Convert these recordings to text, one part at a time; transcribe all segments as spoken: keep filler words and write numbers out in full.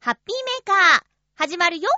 ハッピーメーカー始まるよ。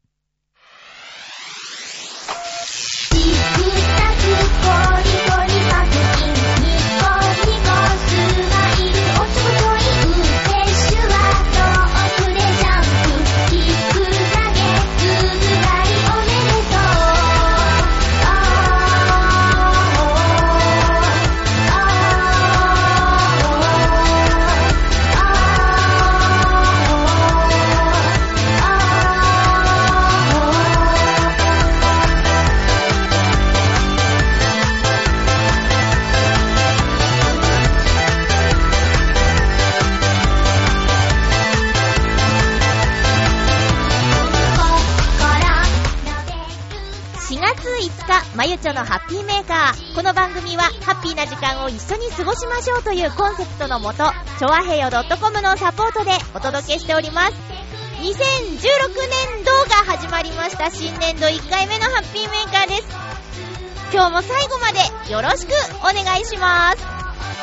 まゆちょのハッピーメーカー。この番組はハッピーな時間を一緒に過ごしましょうというコンセプトのもと、チョアヘヨ .com のサポートでお届けしております。にせんじゅうろくねんどが始まりました。新年度いっかいめのハッピーメーカーです。今日も最後までよろしくお願いします。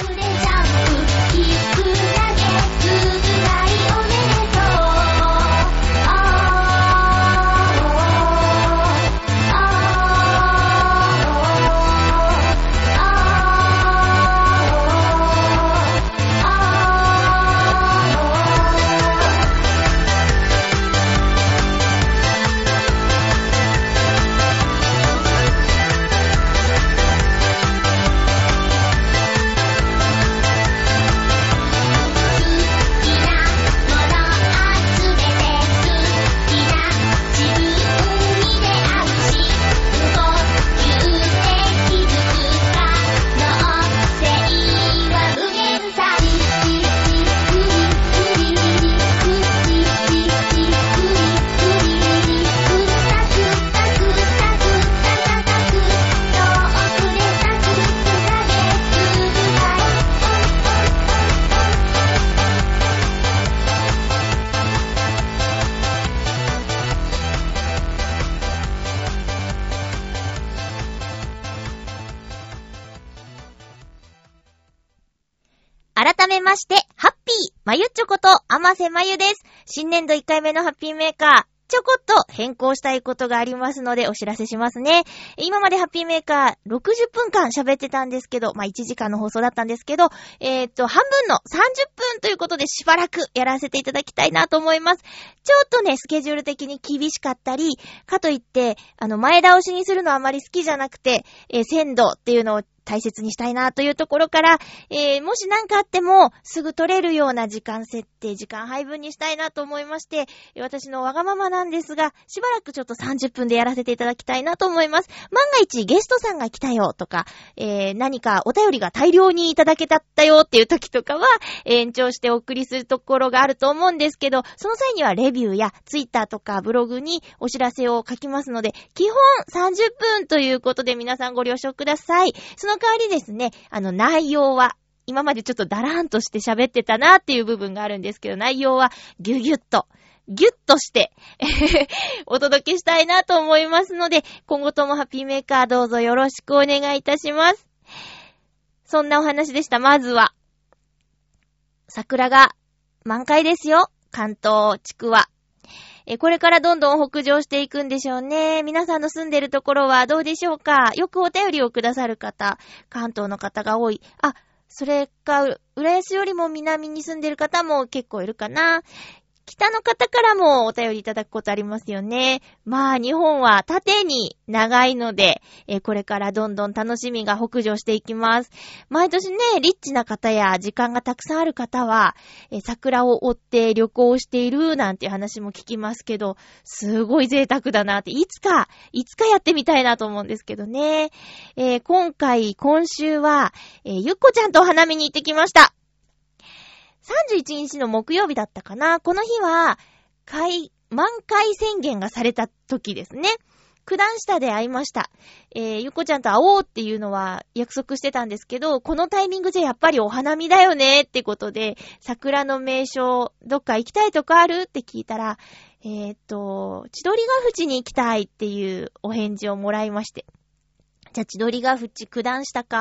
改めまして、ハッピーまゆちょこと甘瀬まゆです。新年度いっかいめのハッピーメーカー、ちょこっと変更したいことがありますのでお知らせしますね。今までハッピーメーカーろくじゅっぷんかん喋ってたんですけど、まあいちじかんの放送だったんですけど、えーっと、半分のさんじゅっぷんということでしばらくやらせていただきたいなと思います。ちょっとね、スケジュール的に厳しかったり、かといって、あの、前倒しにするのはあまり好きじゃなくて、えー、鮮度っていうのを大切にしたいなというところから、えー、もし何かあってもすぐ取れるような時間設定、時間配分にしたいなと思いまして、私のわがままなんですが、しばらくちょっとさんじゅっぷんでやらせていただきたいなと思います。万が一ゲストさんが来たよとか、えー、何かお便りが大量にいただけたったよっていう時とかは、延長してお送りするところがあると思うんですけど、その際にはレビューやツイッターとかブログにお知らせを書きますので、基本さんじゅっぷんということで皆さんご了承ください。その代わりですね、あの内容は今までちょっとダラーンとして喋ってたなっていう部分があるんですけど、内容はギュギュッとギュッとしてお届けしたいなと思いますので、今後ともハッピーメーカーどうぞよろしくお願いいたします。そんなお話でした。まずは桜が満開ですよ、関東地区は。えこれからどんどん北上していくんでしょうね。皆さんの住んでるところはどうでしょうか。よくお便りをくださる方、関東の方が多い。あ、それか浦安よりも南に住んでる方も結構いるかな。北の方からもお便りいただくことありますよね。まあ日本は縦に長いので、えこれからどんどん楽しみが北上していきます。毎年ね、リッチな方や時間がたくさんある方は、え桜を追って旅行をしているなんていう話も聞きますけど、すごい贅沢だなって、いつか、いつかやってみたいなと思うんですけどね。えー、今回、今週は、えー、ゆっこちゃんとお花見に行ってきました。さんじゅういちにちの木曜日だったかな。この日は、開、満開宣言がされた時ですね。九段下で会いました。えー、ゆっこちゃんと会おうっていうのは約束してたんですけど、このタイミングじゃやっぱりお花見だよねってことで、桜の名所、どっか行きたいとこあるって聞いたら、えーっと、千鳥ヶ淵に行きたいっていうお返事をもらいまして。じゃあ千鳥ヶ淵九段下かっ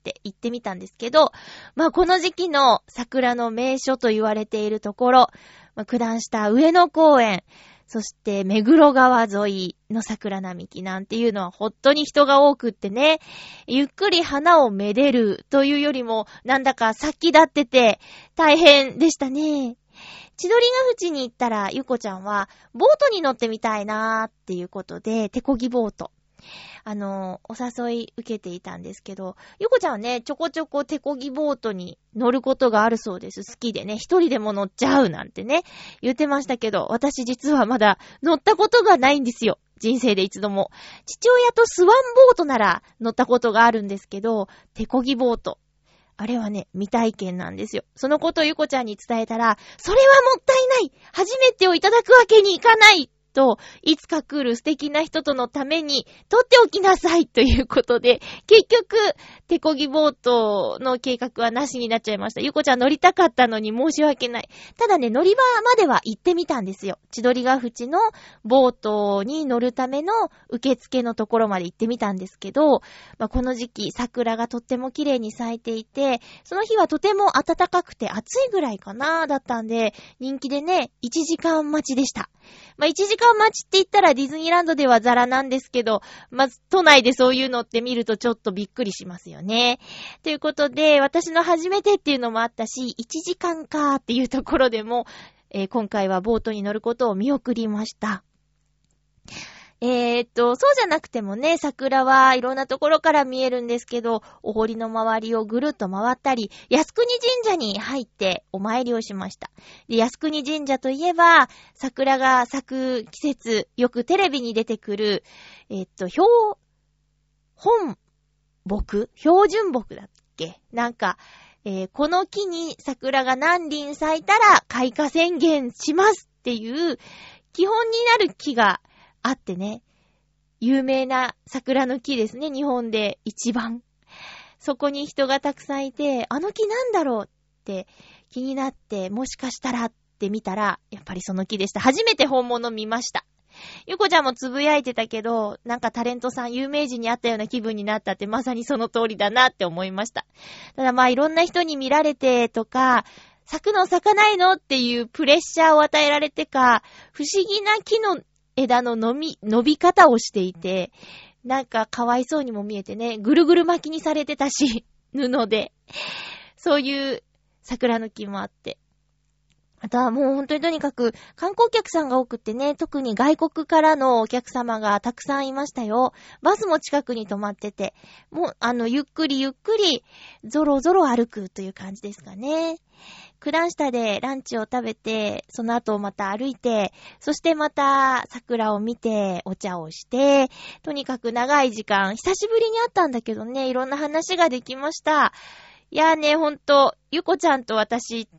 って行ってみたんですけど、まあこの時期の桜の名所と言われているところ、まあ、九段下上野公園、そして目黒川沿いの桜並木なんていうのは本当に人が多くってね、ゆっくり花をめでるというよりもなんだか先立ってて大変でしたね。千鳥ヶ淵に行ったらゆこちゃんはボートに乗ってみたいなーっていうことで、手漕ぎボート。あの、お誘い受けていたんですけど、ゆこちゃんはね、ちょこちょこ手漕ぎボートに乗ることがあるそうです。好きでね、一人でも乗っちゃうなんてね、言ってましたけど、私実はまだ乗ったことがないんですよ。人生で一度も。父親とスワンボートなら乗ったことがあるんですけど、手漕ぎボート。あれはね、未体験なんですよ。そのことをゆこちゃんに伝えたら、それはもったいない、初めてをいただくわけにいかないと、いつか来る素敵な人とのために取っておきなさいということで、結局手漕ぎボートの計画はなしになっちゃいました。ゆこちゃん乗りたかったのに申し訳ない。ただね、乗り場までは行ってみたんですよ。千鳥ヶ淵のボートに乗るための受付のところまで行ってみたんですけど、まあ、この時期桜がとっても綺麗に咲いていて、その日はとても暖かくて暑いぐらいかなだったんで、人気でね、いちじかん待ちでした。まあ、いちじかん待ちって言ったらディズニーランドではザラなんですけど、まず都内でそういうのって見るとちょっとびっくりしますよね。ということで、私の初めてっていうのもあったし、いちじかんかーっていうところでも、えー、今回はボートに乗ることを見送りました。えーっと、そうじゃなくてもね、桜はいろんなところから見えるんですけど、お堀の周りをぐるっと回ったり、靖国神社に入ってお参りをしました。で、靖国神社といえば、桜が咲く季節、よくテレビに出てくる、えーっと、標本木標準木だっけなんか、えー、この木に桜が何輪咲いたら開花宣言しますっていう基本になる木があってね、有名な桜の木ですね、日本で一番。そこに人がたくさんいて、あの木なんだろうって気になって、もしかしたらって見たら、やっぱりその木でした。初めて本物見ました。ゆこちゃんもつぶやいてたけど、なんかタレントさん、有名人に会ったような気分になったって、まさにその通りだなって思いました。ただまあいろんな人に見られてとか、咲くの咲かないのっていうプレッシャーを与えられてか、不思議な木の枝の伸び、伸び方をしていて、なんかかわいそうにも見えてね、ぐるぐる巻きにされてたし、布で。そういう桜の木もあって。あとはもう本当にとにかく観光客さんが多くってね、特に外国からのお客様がたくさんいましたよ。バスも近くに止まってて、もうあのゆっくりゆっくりゾロゾロ歩くという感じですかね。九段下でランチを食べて、その後また歩いて、そしてまた桜を見て、お茶をして、とにかく長い時間、久しぶりに会ったんだけどね、いろんな話ができました。いやーね、ほんと、ゆこちゃんと私って、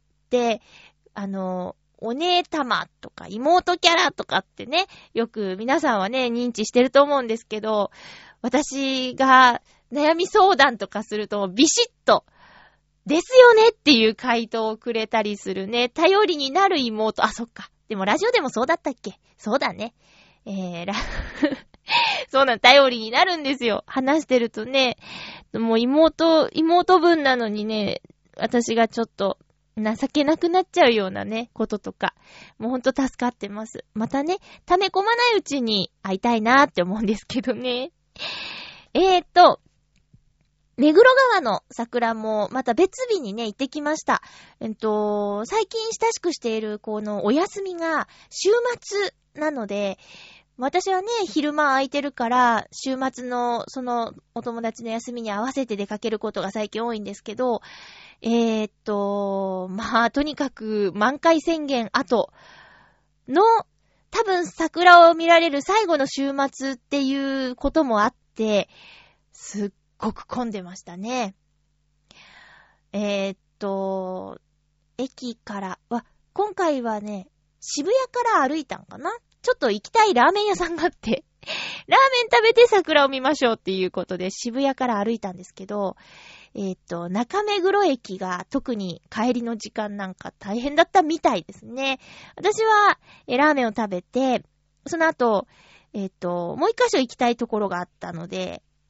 あの、お姉玉とか妹キャラとかってね、よく皆さんはね、認知してると思うんですけど、私が悩み相談とかするとビシッと、ですよねっていう回答をくれたりするね。頼りになる妹。あ、そっか。でもラジオでもそうだったっけ？そうだね。えー、ら、そうなん、頼りになるんですよ。話してるとね。もう妹、妹分なのにね、私がちょっと情けなくなっちゃうようなね、こととか。もうほんと助かってます。またね、溜め込まないうちに会いたいなーって思うんですけどね。えーっと、目黒川の桜もまた別日にね行ってきました。えっと最近親しくしているこのお休みが週末なので、私はね昼間空いてるから週末のそのお友達の休みに合わせて出かけることが最近多いんですけど、えー、っとまあとにかく満開宣言後の多分桜を見られる最後の週末っていうこともあって、すっすごく混んでましたね。えー、っと、駅からは、今回はね、渋谷から歩いたんかな？ちょっと行きたいラーメン屋さんがあって、ラーメン食べて桜を見ましょうっていうことで渋谷から歩いたんですけど、えー、っと、中目黒駅が特に帰りの時間なんか大変だったみたいですね。私はえラーメンを食べて、その後、えー、っと、もう一箇所行きたいところがあったので、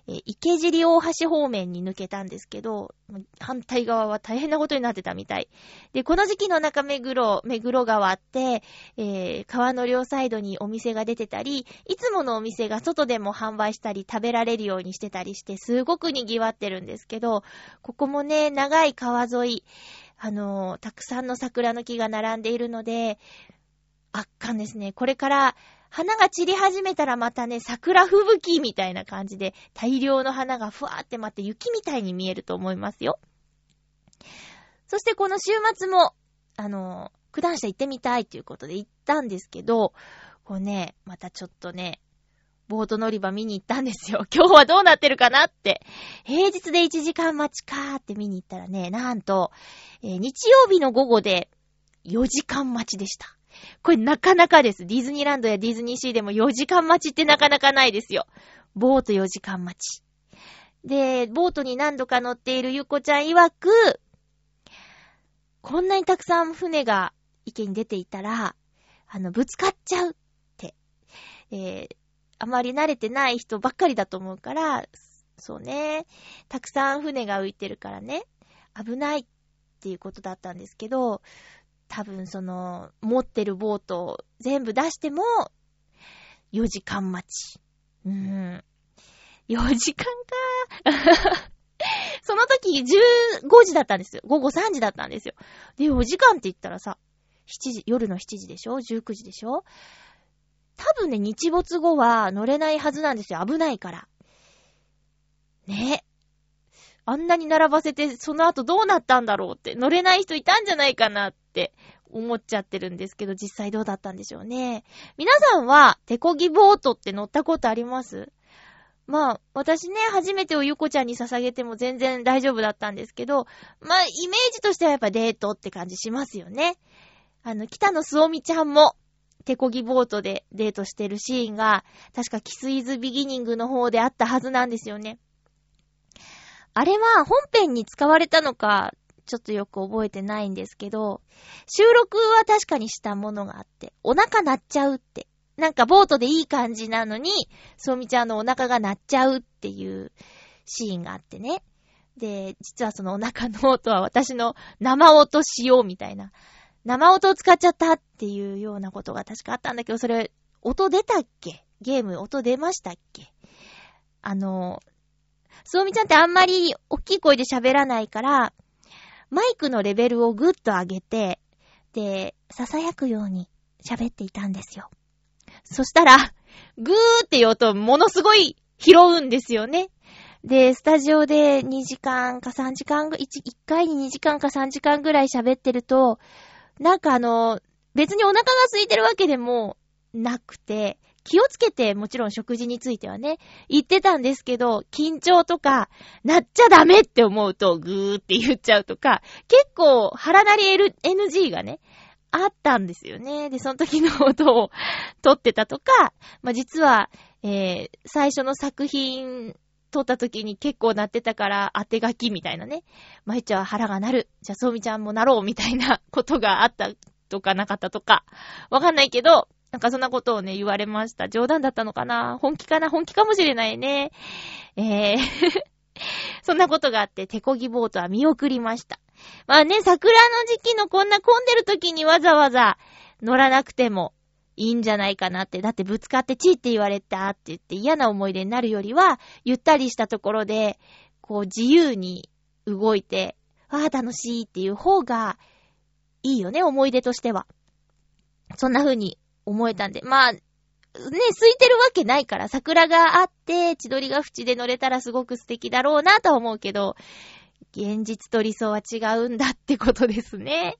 えー、池尻大橋方面に抜けたんですけど、反対側は大変なことになってたみたい。で、この時期の中目黒、目黒川って、えー、川の両サイドにお店が出てたり、いつものお店が外でも販売したり食べられるようにしてたりして、すごく賑わってるんですけど、ここもね、長い川沿い、あのー、たくさんの桜の木が並んでいるので、圧巻ですね。これから花が散り始めたらまたね、桜吹雪みたいな感じで大量の花がふわーって待って雪みたいに見えると思いますよ。そしてこの週末も、あのー、九段下行ってみたいということで行ったんですけど、こうね、またちょっとね、ボート乗り場見に行ったんですよ。今日はどうなってるかなって。平日でいちじかん待ちかーって見に行ったらね、なんと、えー、日曜日の午後でよじかん待ちでした。これなかなかです。ディズニーランドやディズニーシーでもよじかん待ちってなかなかないですよ。ボートよじかん待ち。で、ボートに何度か乗っているゆこちゃん曰く、こんなにたくさん船が池に出ていたら、あの、ぶつかっちゃうって。えー、あまり慣れてない人ばっかりだと思うから、そうね、たくさん船が浮いてるからね、危ないっていうことだったんですけど、多分その持ってるボートを全部出してもよじかん待ち。うーん。よじかんかその時じゅうごじだったんですよ。午後さんじだったんですよ。で、よじかんって言ったらさ、しちじ、夜のしちじでしょ ?じゅうくじでしょ。多分ね、日没後は乗れないはずなんですよ。危ないから。ね。あんなに並ばせて、その後どうなったんだろうって、乗れない人いたんじゃないかなって思っちゃってるんですけど、実際どうだったんでしょうね。皆さんは手漕ぎボートって乗ったことあります？まあ、私ね、初めてをゆこちゃんに捧げても全然大丈夫だったんですけど、まあ、イメージとしてはやっぱデートって感じしますよね。あの、北野すおみちゃんも手漕ぎボートでデートしてるシーンが、確かキスイズビギニングの方であったはずなんですよね。あれは本編に使われたのか、ちょっとよく覚えてないんですけど、収録は確かにしたものがあって、お腹鳴っちゃうって。なんかボートでいい感じなのに、そうみちゃんのお腹が鳴っちゃうっていうシーンがあってね。で、実はそのお腹の音は私の生音しようみたいな。生音を使っちゃったっていうようなことが確かあったんだけど、それ、音出たっけ？ゲーム音出ましたっけ？あの、そうみちゃんってあんまり大きい声で喋らないから、マイクのレベルをぐっと上げて、で、囁くように喋っていたんですよ。そしたら、ぐーって言うとものすごい拾うんですよね。で、スタジオでにじかんかさんじかんぐらい、いっかいににじかんかさんじかんぐらい喋ってると、なんかあの、別にお腹が空いてるわけでもなくて、気をつけてもちろん食事についてはね、言ってたんですけど、緊張とか、なっちゃダメって思うと、ぐーって言っちゃうとか、結構腹鳴り エヌジー がね、あったんですよね。で、その時の音を撮ってたとか、まあ、実は、えー、最初の作品撮った時に結構鳴ってたから当て書きみたいなね。まゆちゃんは腹が鳴る。じゃあそうみちゃんも鳴ろうみたいなことがあったとかなかったとか、わかんないけど、なんかそんなことをね、言われました。冗談だったのかな？本気かな？本気かもしれないね。えー、そんなことがあって、手漕ぎボートは見送りました。まあね、桜の時期のこんな混んでる時にわざわざ乗らなくてもいいんじゃないかなって。だってぶつかってチーって言われたって言って嫌な思い出になるよりは、ゆったりしたところで、こう自由に動いて、ああ楽しいっていう方がいいよね、思い出としては。そんな風に思えたんで。まあ、ね、空いてるわけないから、桜があって、千鳥ヶ淵で乗れたらすごく素敵だろうなとは思うけど、現実と理想は違うんだってことですね。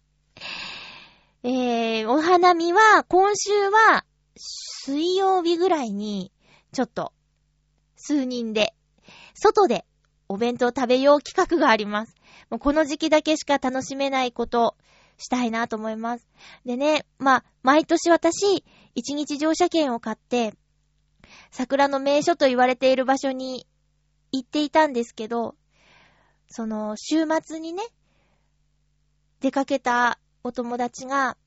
えー、お花見は、今週は、水曜日ぐらいに、ちょっと、数人で、外でお弁当食べよう企画があります。もうこの時期だけしか楽しめないこと、したいなと思います。でね、まあ、毎年私、一日乗車券を買って、桜の名所と言われている場所に行っていたんですけど、その週末にね、出かけたお友達が、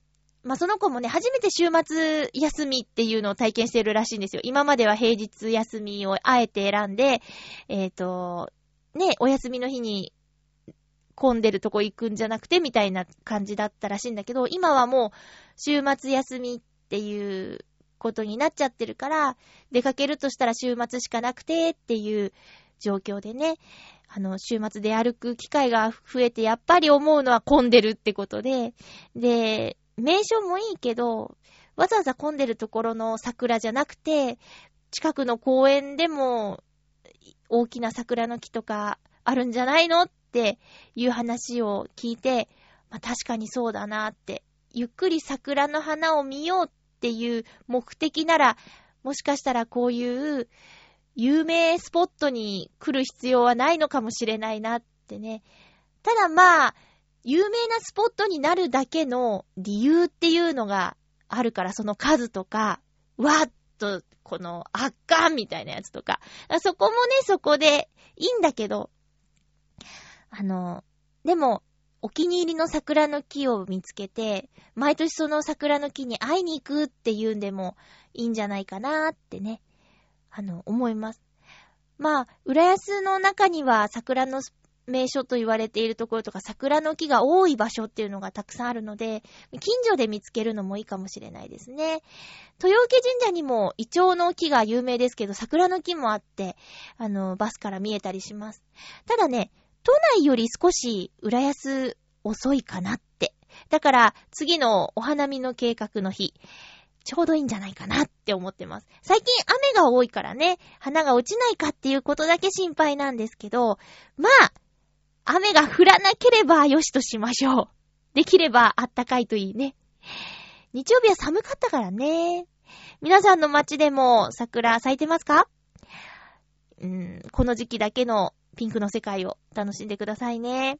まあ、その子もね、初めて週末休みっていうのを体験してるらしいんですよ。今までは平日休みをあえて選んで、えっと、ね、お休みの日に混んでるとこ行くんじゃなくてみたいな感じだったらしいんだけど、今はもう週末休みっていうことになっちゃってるから、出かけるとしたら週末しかなくてっていう状況でね、あの、週末で歩く機会が増えて、やっぱり思うのは混んでるってことで、で、名所もいいけど、わざわざ混んでるところの桜じゃなくて、近くの公園でも大きな桜の木とかあるんじゃないのっていう話を聞いて、まあ、確かにそうだなって、ゆっくり桜の花を見ようっていう目的なら、もしかしたらこういう有名スポットに来る必要はないのかもしれないなってね。ただまあ、有名なスポットになるだけの理由っていうのがあるから、その数とか、わーっとこの圧巻みたいなやつとか、そこもね、そこでいいんだけど、あの、でも、お気に入りの桜の木を見つけて、毎年その桜の木に会いに行くっていうんでもいいんじゃないかなってね、あの、思います。まあ、浦安の中には桜の名所と言われているところとか、桜の木が多い場所っていうのがたくさんあるので、近所で見つけるのもいいかもしれないですね。豊受神社にもイチョウの木が有名ですけど、桜の木もあって、あの、バスから見えたりします。ただね、都内より少し浦安遅いかなって。だから、次のお花見の計画の日、ちょうどいいんじゃないかなって思ってます。最近雨が多いからね、花が落ちないかっていうことだけ心配なんですけど、まあ、雨が降らなければよしとしましょう。できればあったかいといいね。日曜日は寒かったからね。皆さんの街でも桜咲いてますか？うーん、この時期だけのピンクの世界を楽しんでくださいね。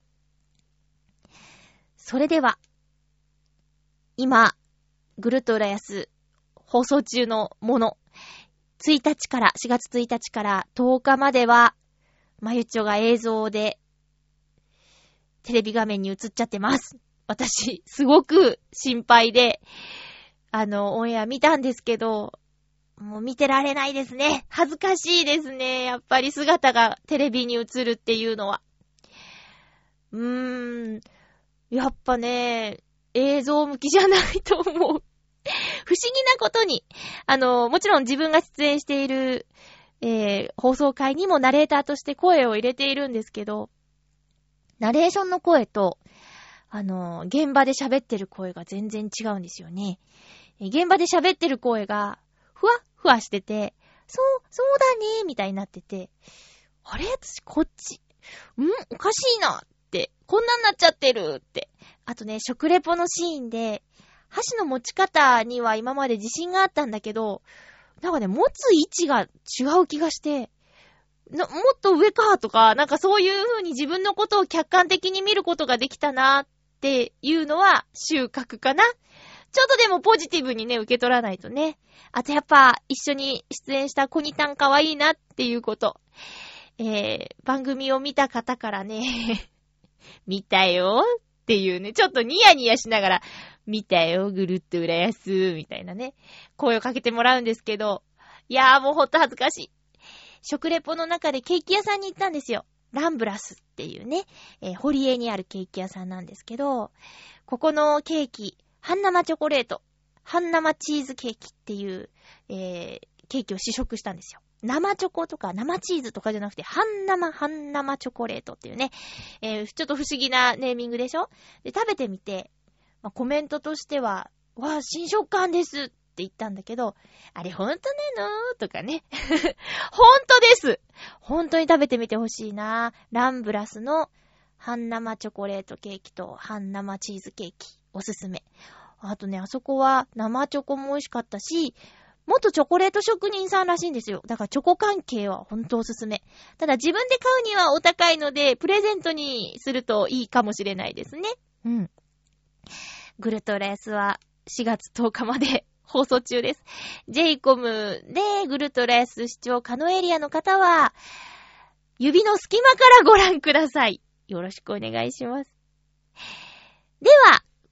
それでは、今、ぐるっと浦安放送中のもの、ついたちから、しがつついたちからとおかまでは、まゆっちょが映像で、テレビ画面に映っちゃってます。私、すごく心配で、あの、オンエア見たんですけど、もう見てられないですね。恥ずかしいですね。やっぱり姿がテレビに映るっていうのは。うーん、やっぱね、映像向きじゃないと思う。不思議なことに、あの、もちろん自分が出演している、えー、放送回にもナレーターとして声を入れているんですけど、ナレーションの声と、あの、現場で喋ってる声が全然違うんですよね。現場で喋ってる声が、ふわふわしてて、そう、そうだね、みたいになってて、あれ？私こっち、ん？おかしいなって、こんなんなっちゃってるって。あとね、食レポのシーンで、箸の持ち方には今まで自信があったんだけど、なんかね、持つ位置が違う気がして、なもっと上かとか、なんかそういう風に自分のことを客観的に見ることができたなっていうのは収穫かな。ちょっとでもポジティブにね、受け取らないとね。あとやっぱ一緒に出演したコニタン可愛いなっていうこと。えー、番組を見た方からね、見たよっていうね、ちょっとニヤニヤしながら、見たよ、ぐるっと浦安、みたいなね、声をかけてもらうんですけど、いやーもうほんと恥ずかしい。食レポの中でケーキ屋さんに行ったんですよ。ランブラスっていうね、えー、堀江にあるケーキ屋さんなんですけど、ここのケーキ、半生チョコレート、半生チーズケーキっていう、えー、ケーキを試食したんですよ。生チョコとか生チーズとかじゃなくて、半生半生チョコレートっていうね、えー、ちょっと不思議なネーミングでしょ？で、食べてみて、まあ、コメントとしては、わー、新食感ですって言ったんだけど、あれほんとなのとかね。ほんとです。本当に食べてみてほしいな。ランブラスの半生チョコレートケーキと半生チーズケーキ、おすすめ。あとね、あそこは生チョコも美味しかったし、元チョコレート職人さんらしいんですよ。だからチョコ関係は本当おすすめ。ただ自分で買うにはお高いので、プレゼントにするといいかもしれないですね。うん。ぐるっと浦安はしがつとおかまで放送中です。ジェイコム でぐるっと浦安視聴可能エリアの方は、指の隙間からご覧ください。よろしくお願いします。では、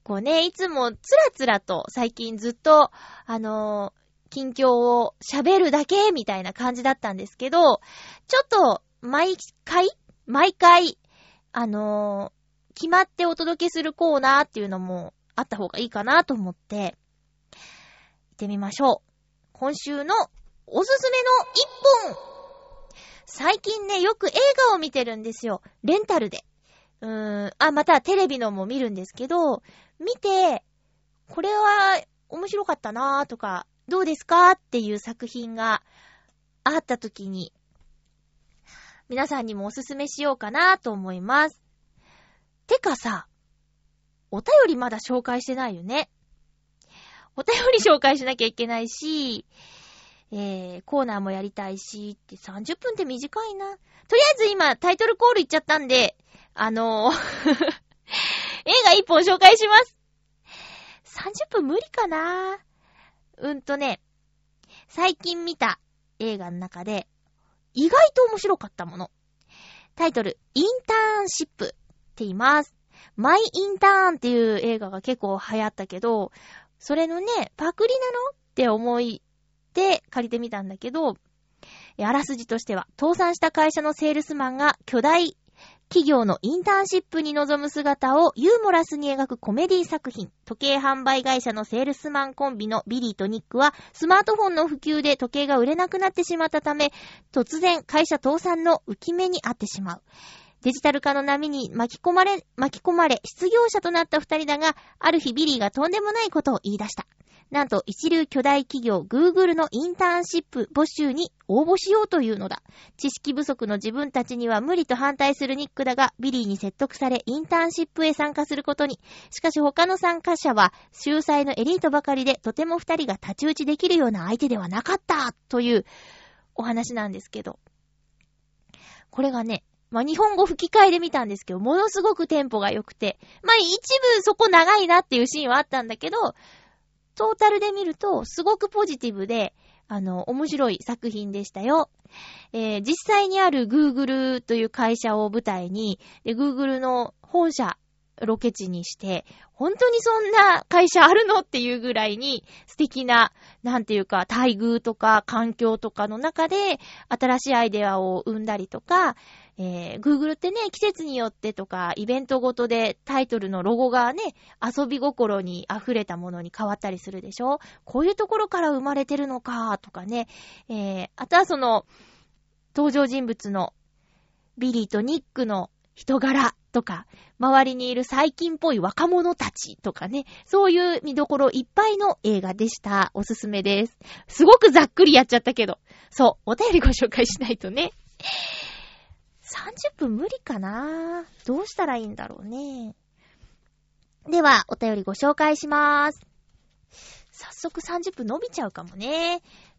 こうね、いつもつらつらと最近ずっと、あのー、近況を喋るだけみたいな感じだったんですけど、ちょっと毎回、毎回、あのー、決まってお届けするコーナーっていうのもあった方がいいかなと思って、行ってみましょう。今週のおすすめの一本。最近ね、よく映画を見てるんですよ。レンタルで。うーん、あ、またテレビのも見るんですけど、見て、これは面白かったなーとか、どうですかっていう作品があった時に、皆さんにもおすすめしようかなと思います。てかさ、お便りまだ紹介してないよね。お便り紹介しなきゃいけないし、えー、コーナーもやりたいし、ってさんじゅっぷんって短いな。とりあえず今タイトルコールいっちゃったんで、あのー、映画一本紹介します。さんじゅっぷん無理かな。うんとね、最近見た映画の中で、意外と面白かったもの。タイトル、インターンシップって言います。マイインターンっていう映画が結構流行ったけど、それのね、パクリなのって思いで借りてみたんだけど、あらすじとしては、倒産した会社のセールスマンが巨大企業のインターンシップに臨む姿をユーモラスに描くコメディ作品。時計販売会社のセールスマンコンビのビリーとニックはスマートフォンの普及で時計が売れなくなってしまったため、突然会社倒産の浮き目にあってしまう。デジタル化の波に巻き込まれ、巻き込まれ失業者となった二人だが、ある日ビリーがとんでもないことを言い出した。なんと一流巨大企業 Google のインターンシップ募集に応募しようというのだ。知識不足の自分たちには無理と反対するニックだが、ビリーに説得されインターンシップへ参加することに。しかし他の参加者は秀才のエリートばかりで、とても二人が太刀打ちできるような相手ではなかったというお話なんですけど、これがね、まあ、日本語吹き替えで見たんですけど、ものすごくテンポが良くて、まあ、一部そこ長いなっていうシーンはあったんだけど、トータルで見ると、すごくポジティブで、あの、面白い作品でしたよ。えー、実際にある Google という会社を舞台に、で、Google の本社、ロケ地にして、本当にそんな会社あるのっていうぐらいに素敵な、なんていうか、待遇とか環境とかの中で、新しいアイデアを生んだりとか、えー、Google ってね、季節によってとか、イベントごとでタイトルのロゴがね、遊び心に溢れたものに変わったりするでしょ。こういうところから生まれてるのか、とかね。えー、あとはその、登場人物のビリーとニックの人柄とか、周りにいる最近っぽい若者たちとかね、そういう見どころいっぱいの映画でした。おすすめです。すごくざっくりやっちゃったけど。そう、お便りご紹介しないとね。さんじゅっぷん無理かな？どうしたらいいんだろうね。では、お便りご紹介します。早速さんじゅっぷん伸びちゃうかもね。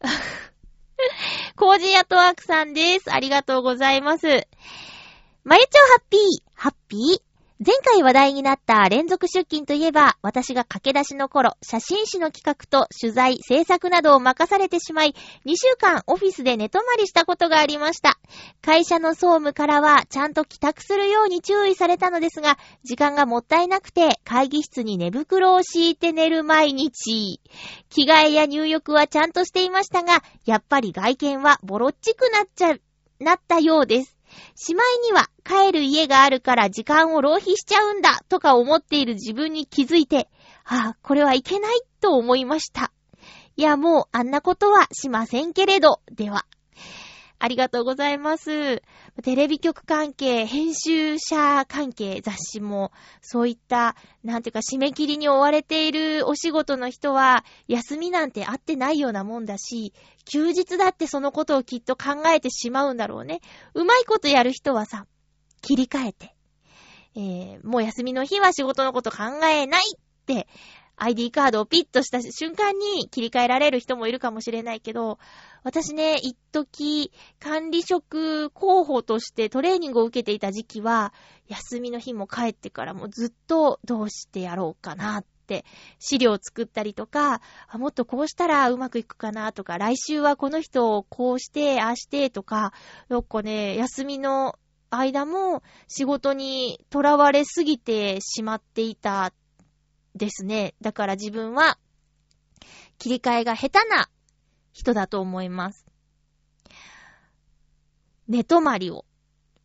コージーアットワークさんです。ありがとうございます。まゆちょハッピー、ハッピー。前回話題になった連続出勤といえば、私が駆け出しの頃、写真誌の企画と取材、制作などを任されてしまい、にしゅうかんオフィスで寝泊まりしたことがありました。会社の総務からは、ちゃんと帰宅するように注意されたのですが、時間がもったいなくて、会議室に寝袋を敷いて寝る毎日。着替えや入浴はちゃんとしていましたが、やっぱり外見はボロっちくなっちゃ、なったようです。しまいには帰る家があるから時間を浪費しちゃうんだとか思っている自分に気づいて、ああ、これはいけないと思いました。いや、もうあんなことはしませんけれど。では、ありがとうございます。テレビ局関係、編集者関係、雑誌もそういったなんていうか締め切りに追われているお仕事の人は休みなんてあってないようなもんだし、休日だってそのことをきっと考えてしまうんだろうね。うまいことやる人はさ、切り替えて、えー、もう休みの日は仕事のこと考えないってアイディー カードをピッとした瞬間に切り替えられる人もいるかもしれないけど、私ね、一時管理職候補としてトレーニングを受けていた時期は、休みの日も帰ってからもずっとどうしてやろうかなって資料を作ったりとか、あ、もっとこうしたらうまくいくかなとか、来週はこの人をこうしてああしてとか、どっかね、休みの間も仕事に囚われすぎてしまっていたですね。だから自分は切り替えが下手な人だと思います。寝泊まりを。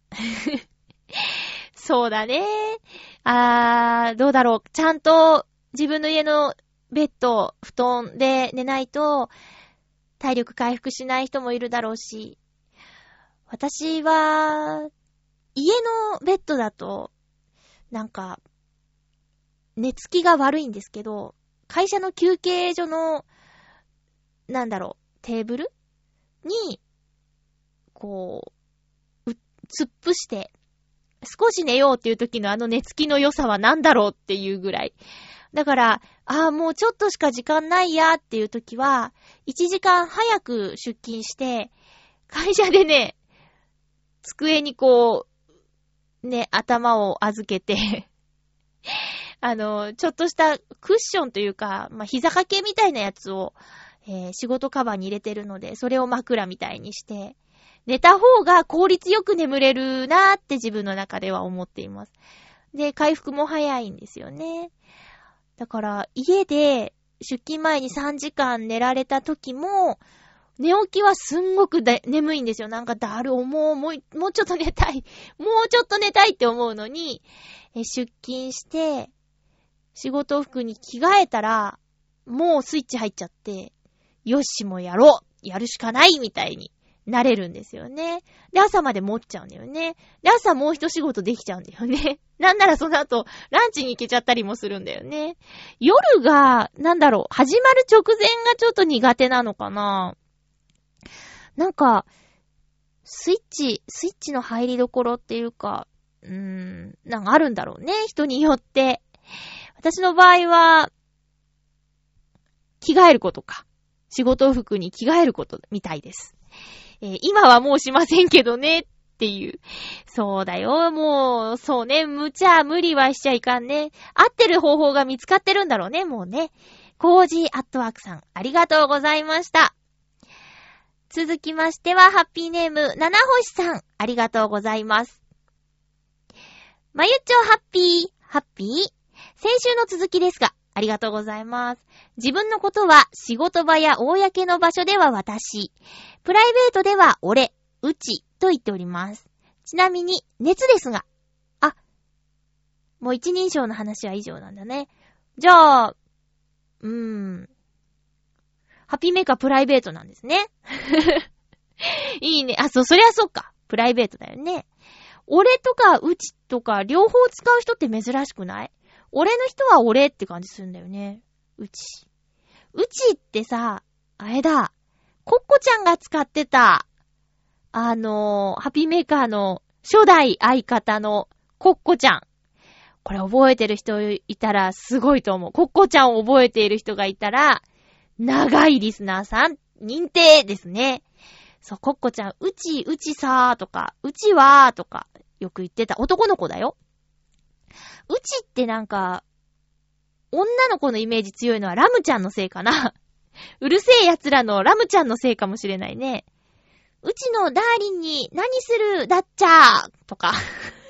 そうだね。あー、どうだろう。ちゃんと自分の家のベッド、布団で寝ないと体力回復しない人もいるだろうし、私は家のベッドだとなんか寝つきが悪いんですけど、会社の休憩所のなんだろう、テーブルにこう、う突っ伏して少し寝ようっていう時のあの寝つきの良さはなんだろうっていうぐらい。だから、ああ、もうちょっとしか時間ないやっていう時は、いちじかん早く出勤して、会社でね、机にこう、ね、頭を預けて、あの、ちょっとしたクッションというか、まあ、膝掛けみたいなやつを、えー、仕事カバーに入れてるので、それを枕みたいにして、寝た方が効率よく眠れるなーって自分の中では思っています。で、回復も早いんですよね。だから、家で出勤前にさんじかん寝られた時も、寝起きはすんごくだ眠いんですよ。なんかだる、もう、もう、もうちょっと寝たい。もうちょっと寝たいって思うのに、え出勤して、仕事服に着替えたら、もうスイッチ入っちゃって、よし、もうやろうやるしかないみたいになれるんですよね。で、朝まで持っちゃうんだよね。で、朝もう一仕事できちゃうんだよね。なんならその後、ランチに行けちゃったりもするんだよね。夜が、なんだろう、始まる直前がちょっと苦手なのかな。なんか、スイッチ、スイッチの入りどころっていうか、うーん、なんかあるんだろうね。人によって。私の場合は、着替えることか。仕事服に着替えることみたいです。えー、今はもうしませんけどねっていう。そうだよ、もう、そうね、無茶、無理はしちゃいかんね。合ってる方法が見つかってるんだろうね、もうね。コージーアットワークさん、ありがとうございました。続きましては、ハッピーネーム、七星さん、ありがとうございます。まゆちょハッピー、ハッピー。先週の続きですが、ありがとうございます。自分のことは仕事場や公の場所では私、プライベートでは俺、うちと言っております。ちなみに熱ですが、あ、もう一人称の話は以上なんだね。じゃあ、うーん、ハッピーメーカープライベートなんですね。いいね。あ、そう、そりゃそっか。プライベートだよね。俺とかうちとか両方使う人って珍しくない？俺の人は俺って感じするんだよね。うち。うちってさ、あれだ。コッコちゃんが使ってた、あのー、ハッピーメーカーの初代相方のコッコちゃん。これ覚えてる人いたらすごいと思う。コッコちゃんを覚えている人がいたら、長いリスナーさん、認定ですね。そう、コッコちゃん、うち、うちさーとか、うちはーとか、よく言ってた。男の子だよ。うちってなんか、女の子のイメージ強いのはラムちゃんのせいかな。うるせえ奴らのラムちゃんのせいかもしれないね。うちのダーリンに何するだっちゃーとか。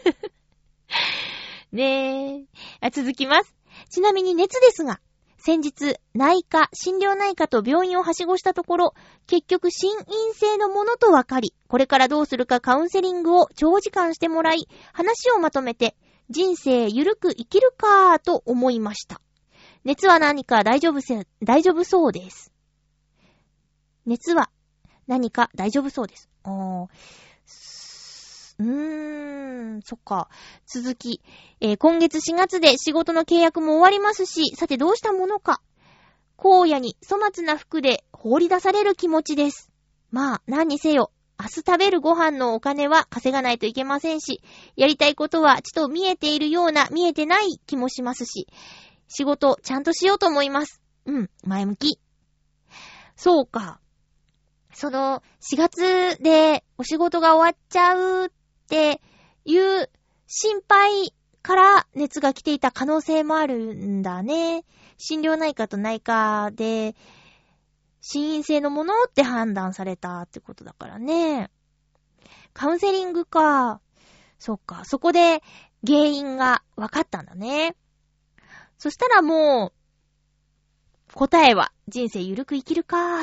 ねえ。あ、続きます。ちなみに熱ですが、先日、内科、診療内科と病院をはしごしたところ、結局心因性のものと分かり、これからどうするかカウンセリングを長時間してもらい、話をまとめて、人生ゆるく生きるかーと思いました。熱は何か大丈夫せ、大丈夫そうです。熱は何か大丈夫そうです。おー。うーん、そっか。続き、えー、今月しがつで仕事の契約も終わりますし、さてどうしたものか。荒野に粗末な服で放り出される気持ちです。まあ、何にせよ、明日食べるご飯のお金は稼がないといけませんし、やりたいことはちょっと見えているような見えてない気もしますし、仕事ちゃんとしようと思います。うん、前向き。そうか。そのしがつでお仕事が終わっちゃうっていう心配から熱が来ていた可能性もあるんだね。心療内科と内科で心因性のものって判断されたってことだからね。カウンセリングか。そっか。そこで原因が分かったんだね。 そしたらもう、答えは、人生ゆるく生きるかーって。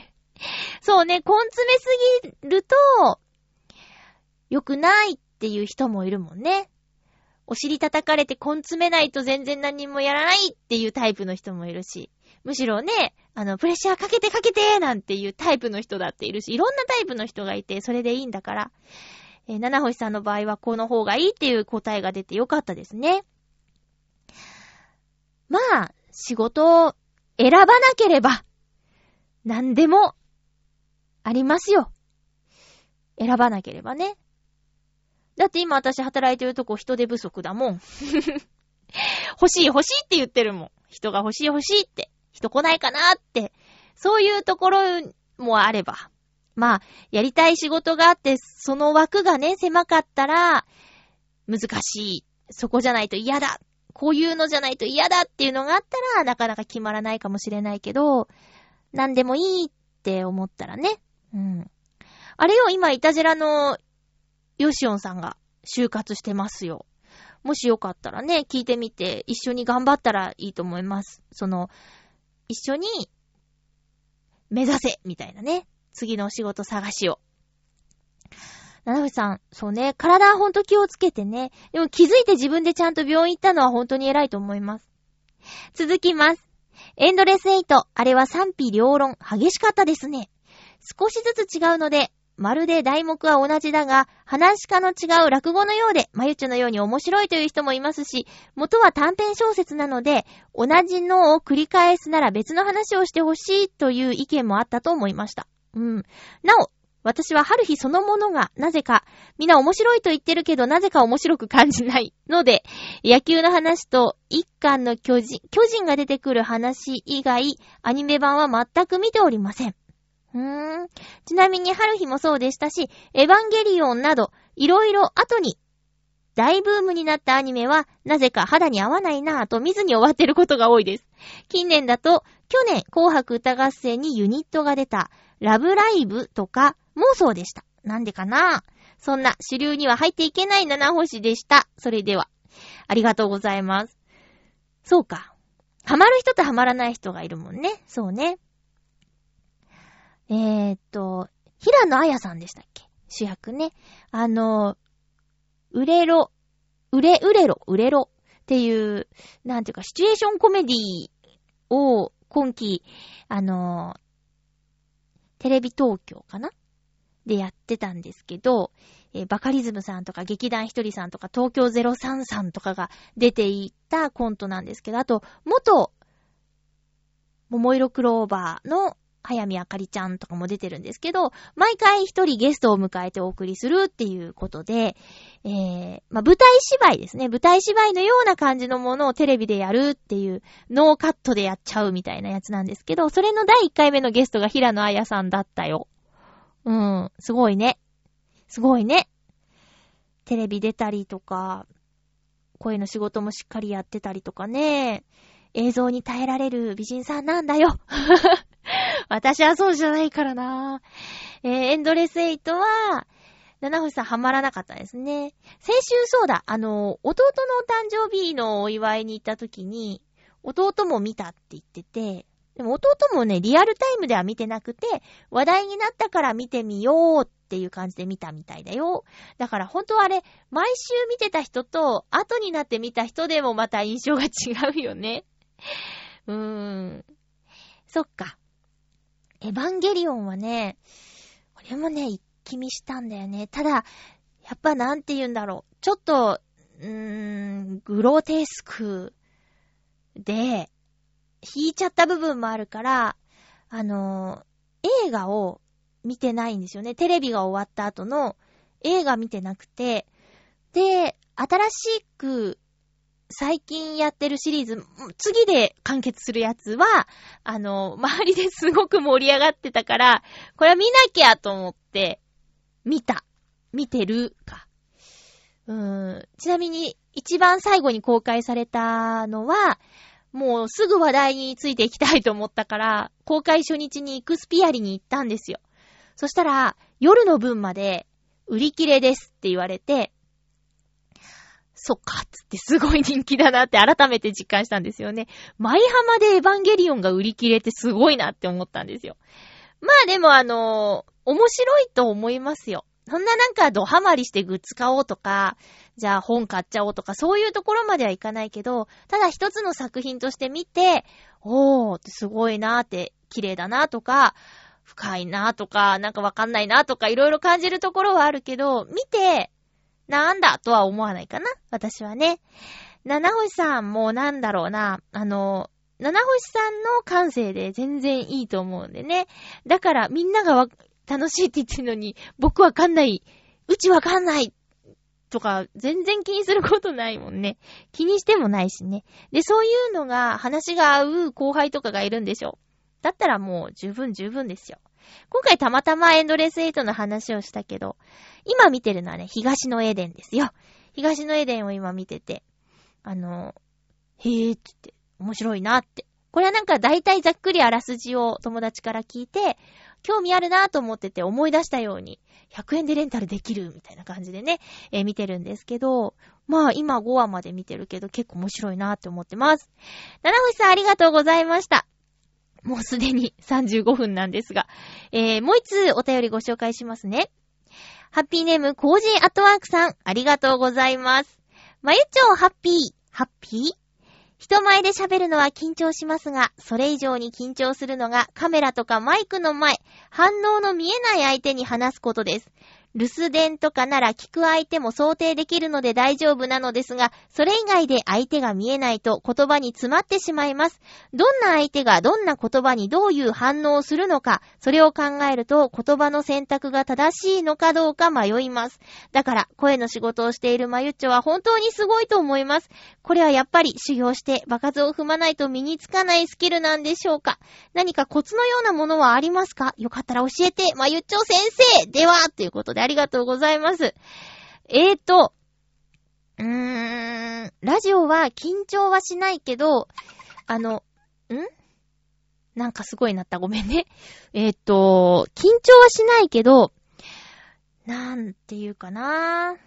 そうね、根詰めすぎると、良くないっていう人もいるもんね。お尻叩かれて根詰めないと全然何もやらないっていうタイプの人もいるし、むしろね、あの、プレッシャーかけてかけてなんていうタイプの人だっているし、いろんなタイプの人がいて、それでいいんだから、えー、七星さんの場合はこの方がいいっていう答えが出てよかったですね。まあ、仕事を選ばなければ、何でもありますよ。選ばなければね。だって今私働いてるとこ人手不足だもん。欲しい欲しいって言ってるもん。人が欲しい欲しいって。人来ないかなって。そういうところもあれば。まあ、やりたい仕事があって、その枠がね、狭かったら、難しい。そこじゃないと嫌だ。こういうのじゃないと嫌だっていうのがあったら、なかなか決まらないかもしれないけど、なんでもいいって思ったらね。うん。あれよ、今、イタジェラのヨシオンさんが就活してますよ。もしよかったらね、聞いてみて、一緒に頑張ったらいいと思います。その、一緒に、目指せみたいなね。次のお仕事探しを。七星さん、そうね、体はほんと気をつけてね。でも気づいて自分でちゃんと病院行ったのは本当に偉いと思います。続きます。エンドレスエイト、あれは賛否両論、激しかったですね。少しずつ違うので、まるで題目は同じだが、話し家の違う落語のようで、まゆっちょのように面白いという人もいますし、元は短編小説なので、同じのを繰り返すなら別の話をしてほしいという意見もあったと思いました。うん。なお、私は春日そのものが、なぜか、みんな面白いと言ってるけど、なぜか面白く感じないので、野球の話と一巻の巨人、巨人が出てくる話以外、アニメ版は全く見ておりません。うーん。ちなみに春日もそうでしたし、エヴァンゲリオンなど、いろいろ後に、大ブームになったアニメは、なぜか肌に合わないなぁと見ずに終わってることが多いです。近年だと、去年紅白歌合戦にユニットが出た、ラブライブとか、もうそうでした。なんでかな？そんな主流には入っていけない七星でした。それでは、ありがとうございます。そうか。ハマる人とハマらない人がいるもんね。そうね。えーっと、平野綾さんでしたっけ？主役ね。あの、うれろ、うれ、うれろ、うれろっていう、なんていうか、シチュエーションコメディを今期、あの、テレビ東京かなでやってたんですけど、えー、バカリズムさんとか劇団ひとりさんとか東京ゼロさんさんとかが出ていたコントなんですけど、あと、元、桃色クローバーの早見あかりちゃんとかも出てるんですけど、毎回一人ゲストを迎えてお送りするっていうことで、えー、まあ、舞台芝居ですね。舞台芝居のような感じのものをテレビでやるっていう、ノーカットでやっちゃうみたいなやつなんですけど、それのだいいっかいめのゲストが平野綾さんだったよ。うん、すごいね。すごいね。テレビ出たりとか、声の仕事もしっかりやってたりとかね。映像に耐えられる美人さんなんだよ。私はそうじゃないからな。えー、エンドレスエイトは、七星さんハマらなかったですね。先週そうだ、あの、弟の誕生日のお祝いに行った時に、弟も見たって言ってて、でも弟もね、リアルタイムでは見てなくて、話題になったから見てみようっていう感じで見たみたいだよ。だから本当はあれ、毎週見てた人と、後になって見た人でもまた印象が違うよね。うーん。そっか。エヴァンゲリオンはね、これもね、一気見したんだよね。ただ、やっぱなんて言うんだろう。ちょっと、うーん、グロテスクで、引いちゃった部分もあるから、あのー、映画を見てないんですよね。テレビが終わった後の映画見てなくて、で、新しく最近やってるシリーズ、次で完結するやつは、あの、周りですごく盛り上がってたから、これは見なきゃと思って、見た。見てるか。うーん。ちなみに、一番最後に公開されたのは、もうすぐ話題についていきたいと思ったから、公開初日にイクスピアリに行ったんですよ。そしたら、夜の分まで売り切れですって言われて、 そっか、つってすごい人気だなって改めて実感したんですよね。舞浜でエヴァンゲリオンが売り切れてすごいなって思ったんですよ。まあでもあのー、面白いと思いますよ。そんななんかドハマりしてグッズ買おうとか、じゃあ本買っちゃおうとか、そういうところまではいかないけど、ただ一つの作品として見て、おーってすごいなーって、綺麗だなとか、深いなとか、なんかわかんないなとか、いろいろ感じるところはあるけど、見て、なんだとは思わないかな、私はね。七星さんもなんだろうな、あの、七星さんの感性で全然いいと思うんでね。だからみんながわ楽しいって言ってるのに、僕わかんない、うちわかんないとか、全然気にすることないもんね。気にしてもないしね。で、そういうのが、話が合う後輩とかがいるんでしょ。だったらもう十分十分ですよ。今回たまたまエンドレスエイトの話をしたけど、今見てるのはね、東のエデンですよ。東のエデンを今見てて、あの、へーって言って、面白いなって。これはなんか大体ざっくりあらすじを友達から聞いて、興味あるなと思ってて思い出したように、ひゃくえんでレンタルできるみたいな感じでね、えー、見てるんですけど、まあ今ごわまで見てるけど結構面白いなって思ってます。七星さんありがとうございました。もうすでにさんじゅうごふんなんですが、えー、もう一つお便りご紹介しますね。ハッピーネームコージーアットワークさん、ありがとうございます。まゆちょハッピー、ハッピー人前で喋るのは緊張しますが、それ以上に緊張するのがカメラとかマイクの前、反応の見えない相手に話すことです。留守電とかなら聞く相手も想定できるので大丈夫なのですが、それ以外で相手が見えないと言葉に詰まってしまいます。どんな相手がどんな言葉にどういう反応をするのか、それを考えると言葉の選択が正しいのかどうか迷います。だから声の仕事をしているまゆっちょは本当にすごいと思います。これはやっぱり修行して場数を踏まないと身につかないスキルなんでしょうか。何かコツのようなものはありますか？よかったら教えて、まゆっちょ先生ではということでありがとうございます。えーと、うーん、ラジオは緊張はしないけど、あの、ん？なんかすごいなった。ごめんね。えーと、緊張はしないけど、なんていうかな。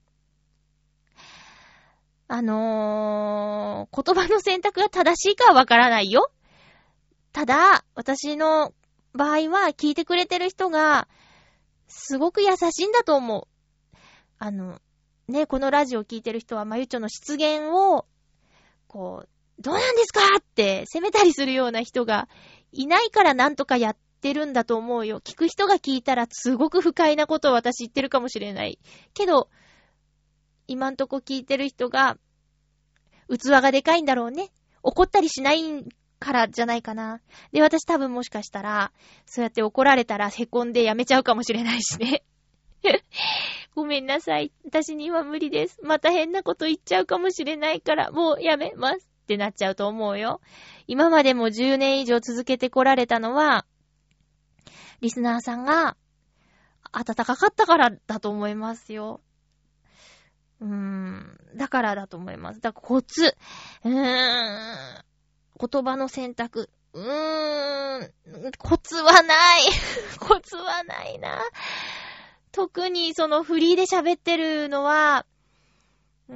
あのー、言葉の選択が正しいかはわからないよ。ただ、私の場合は聞いてくれてる人が、すごく優しいんだと思う。あの、ね、このラジオ聞いてる人は、まゆちょの失言を、こう、どうなんですかって責めたりするような人がいないからなんとかやってるんだと思うよ。聞く人が聞いたらすごく不快なことを私言ってるかもしれない。けど、今んとこ聞いてる人が、器がでかいんだろうね。怒ったりしないからじゃないかな。で、私多分もしかしたら、そうやって怒られたらへこんでやめちゃうかもしれないしね。ごめんなさい。私には無理です。また変なこと言っちゃうかもしれないから、もうやめますってなっちゃうと思うよ。今までもじゅうねん以上続けてこられたのは、リスナーさんが温かかったからだと思いますよ。うーん。だからだと思います。だからコツ。うーん。言葉の選択。うーん。コツはない。コツはないな。特にそのフリーで喋ってるのは、うー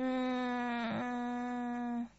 ん。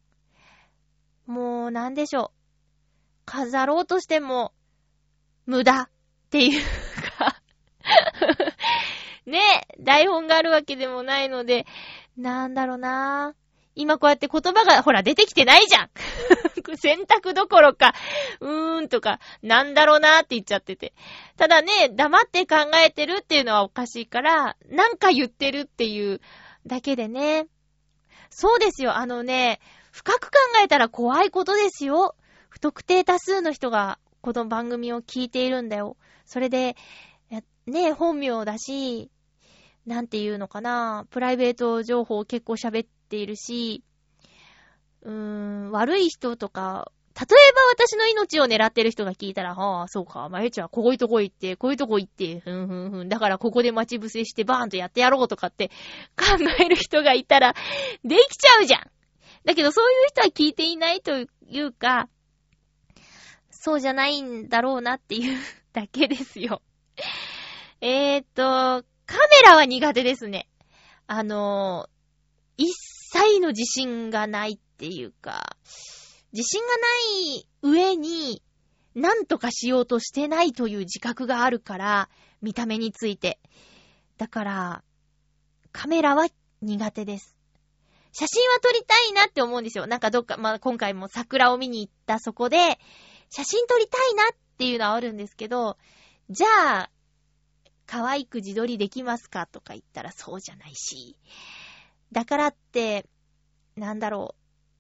もうなんでしょう。飾ろうとしても無駄っていうか。ねえ、台本があるわけでもないので、なんだろうな。今こうやって言葉がほら出てきてないじゃん。選択どころか、うーんとか、なんだろうなって言っちゃってて。ただね、黙って考えてるっていうのはおかしいから、なんか言ってるっていうだけでね。そうですよ、あのね、深く考えたら怖いことですよ。不特定多数の人がこの番組を聞いているんだよ。それで、ね、本名だし、なんていうのかな、プライベート情報を結構喋っているし、うーん、悪い人とか、例えば私の命を狙ってる人が聞いたら、ああ、そうか、まゆちはこういうとこ行って、こういうとこ行って、ふんふんふん、だからここで待ち伏せしてバーンとやってやろうとかって考える人がいたら、できちゃうじゃん。だけどそういう人は聞いていないというか、そうじゃないんだろうなっていうだけですよ。えーっと、カメラは苦手ですね。あの一切の自信がないっていうか、自信がない上に何とかしようとしてないという自覚があるから、見た目について。だから、カメラは苦手です。写真は撮りたいなって思うんですよ。なんかどっか、まあ今回も桜を見に行ったそこで、写真撮りたいなっていうのはあるんですけど、じゃあ、可愛く自撮りできますかとか言ったらそうじゃないし。だからって、なんだろ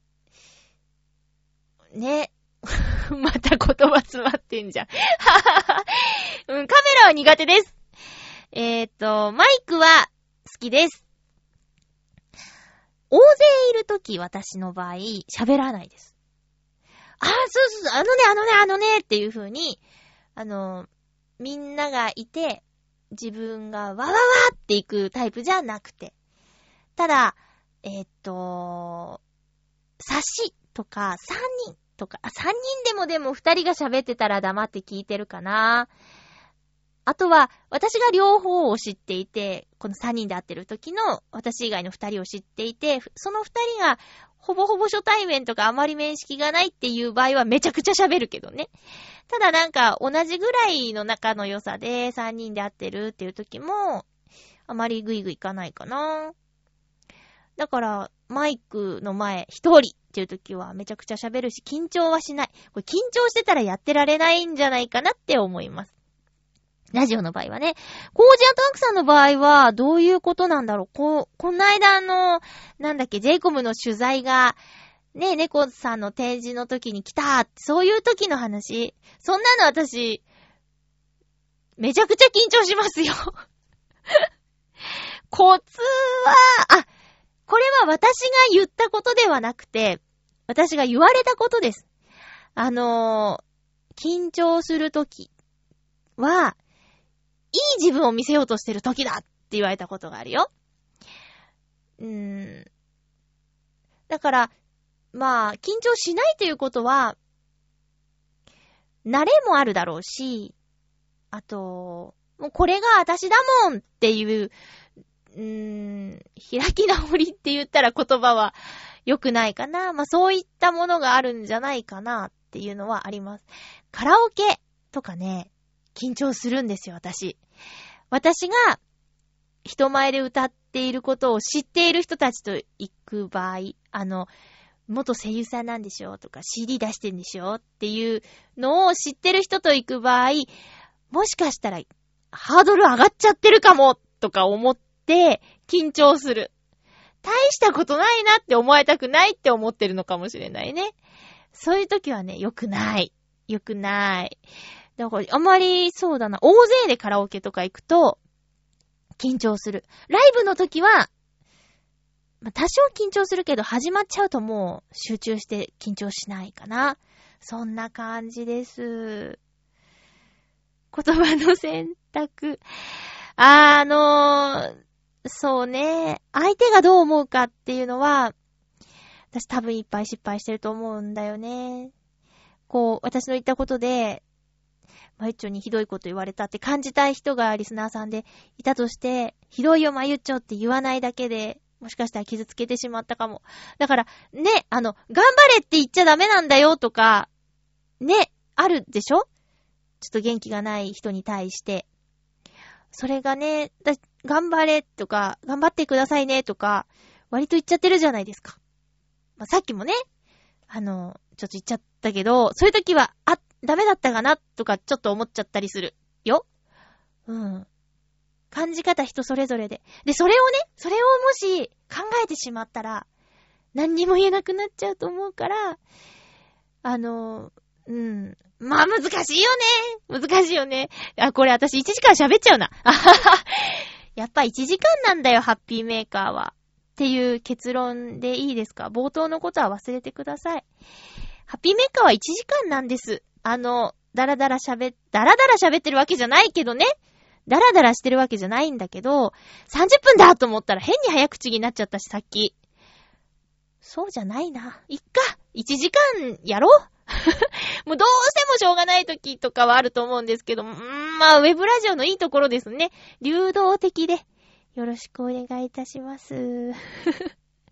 う。ね。また言葉詰まってんじゃん。うん、カメラは苦手です。えーと、マイクは好きです。大勢いるとき私の場合、喋らないです。ああ、そうそうそう、あのね、あのね、あのね、っていう風に、あの、みんながいて、自分がわわわっていくタイプじゃなくて。ただ、えっと、差しとかさんにんとか、あ、さんにんでもでもふたりが喋ってたら黙って聞いてるかな。あとは、私が両方を知っていて、このさんにんで会ってる時の私以外のふたりを知っていて、そのふたりがほぼほぼ初対面とかあまり面識がないっていう場合はめちゃくちゃ喋るけどね。ただなんか同じぐらいの仲の良さでさんにんで会ってるっていう時もあまりグイグイいかないかな。だからマイクの前一人っていう時はめちゃくちゃ喋るし緊張はしない。これ緊張してたらやってられないんじゃないかなって思います。ラジオの場合はね。コージアトワークさんの場合はどういうことなんだろう。こ、この間のなんだっけ ジェイコム の取材がね、猫さんの展示の時に来たってそういう時の話。そんなの私めちゃくちゃ緊張しますよ。コツはあこれは私が言ったことではなくて私が言われたことです。あのー、緊張する時はいい自分を見せようとしてる時だって言われたことがあるよ。うーん。だから、まあ、緊張しないということは、慣れもあるだろうし、あと、もうこれが私だもんっていう、うーん、開き直りって言ったら言葉は良くないかな。まあそういったものがあるんじゃないかなっていうのはあります。カラオケとかね、緊張するんですよ、私。私が人前で歌っていることを知っている人たちと行く場合、あの、元声優さんなんでしょとか シーディー 出してんでしょっていうのを知ってる人と行く場合、もしかしたらハードル上がっちゃってるかもとか思って緊張する。大したことないなって思われたくないって思ってるのかもしれないね。そういう時はね、良くない。良くない。だからあまりそうだな、大勢でカラオケとか行くと緊張する。ライブの時は、まあ、多少緊張するけど始まっちゃうともう集中して緊張しないかな。そんな感じです。言葉の選択。あのー、そうね。相手がどう思うかっていうのは、私多分いっぱい失敗してると思うんだよね。こう、私の言ったことで、まゆっちょにひどいこと言われたって感じたい人がリスナーさんでいたとして、ひどいよまゆっちょって言わないだけで、もしかしたら傷つけてしまったかも。だから、ね、あの、頑張れって言っちゃダメなんだよとか、ね、あるでしょ？ちょっと元気がない人に対して。それがね、だ頑張れとか、頑張ってくださいねとか、割と言っちゃってるじゃないですか。まあ、さっきもね、あの、ちょっと言っちゃったけど、そういう時は、あ、ダメだったかなとかちょっと思っちゃったりするよ。うん。感じ方人それぞれで。で、それをね、それをもし考えてしまったら、何にも言えなくなっちゃうと思うから、あの、うん。まあ難しいよね。難しいよね。あ、これ私いちじかん喋っちゃうな。やっぱいちじかんなんだよ、ハッピーメーカーは。っていう結論でいいですか？冒頭のことは忘れてください。ハッピーメーカーはいちじかんなんです。あの、だらだら喋、だらだら喋ってるわけじゃないけどね。だらだらしてるわけじゃないんだけど、さんじゅっぷんだと思ったら変に早口になっちゃったし、さっき。そうじゃないな。いっか。いちじかんやろもうどうしてもしょうがない時とかはあると思うんですけど、うーん、まあウェブラジオのいいところですね。流動的でよろしくお願いいたします。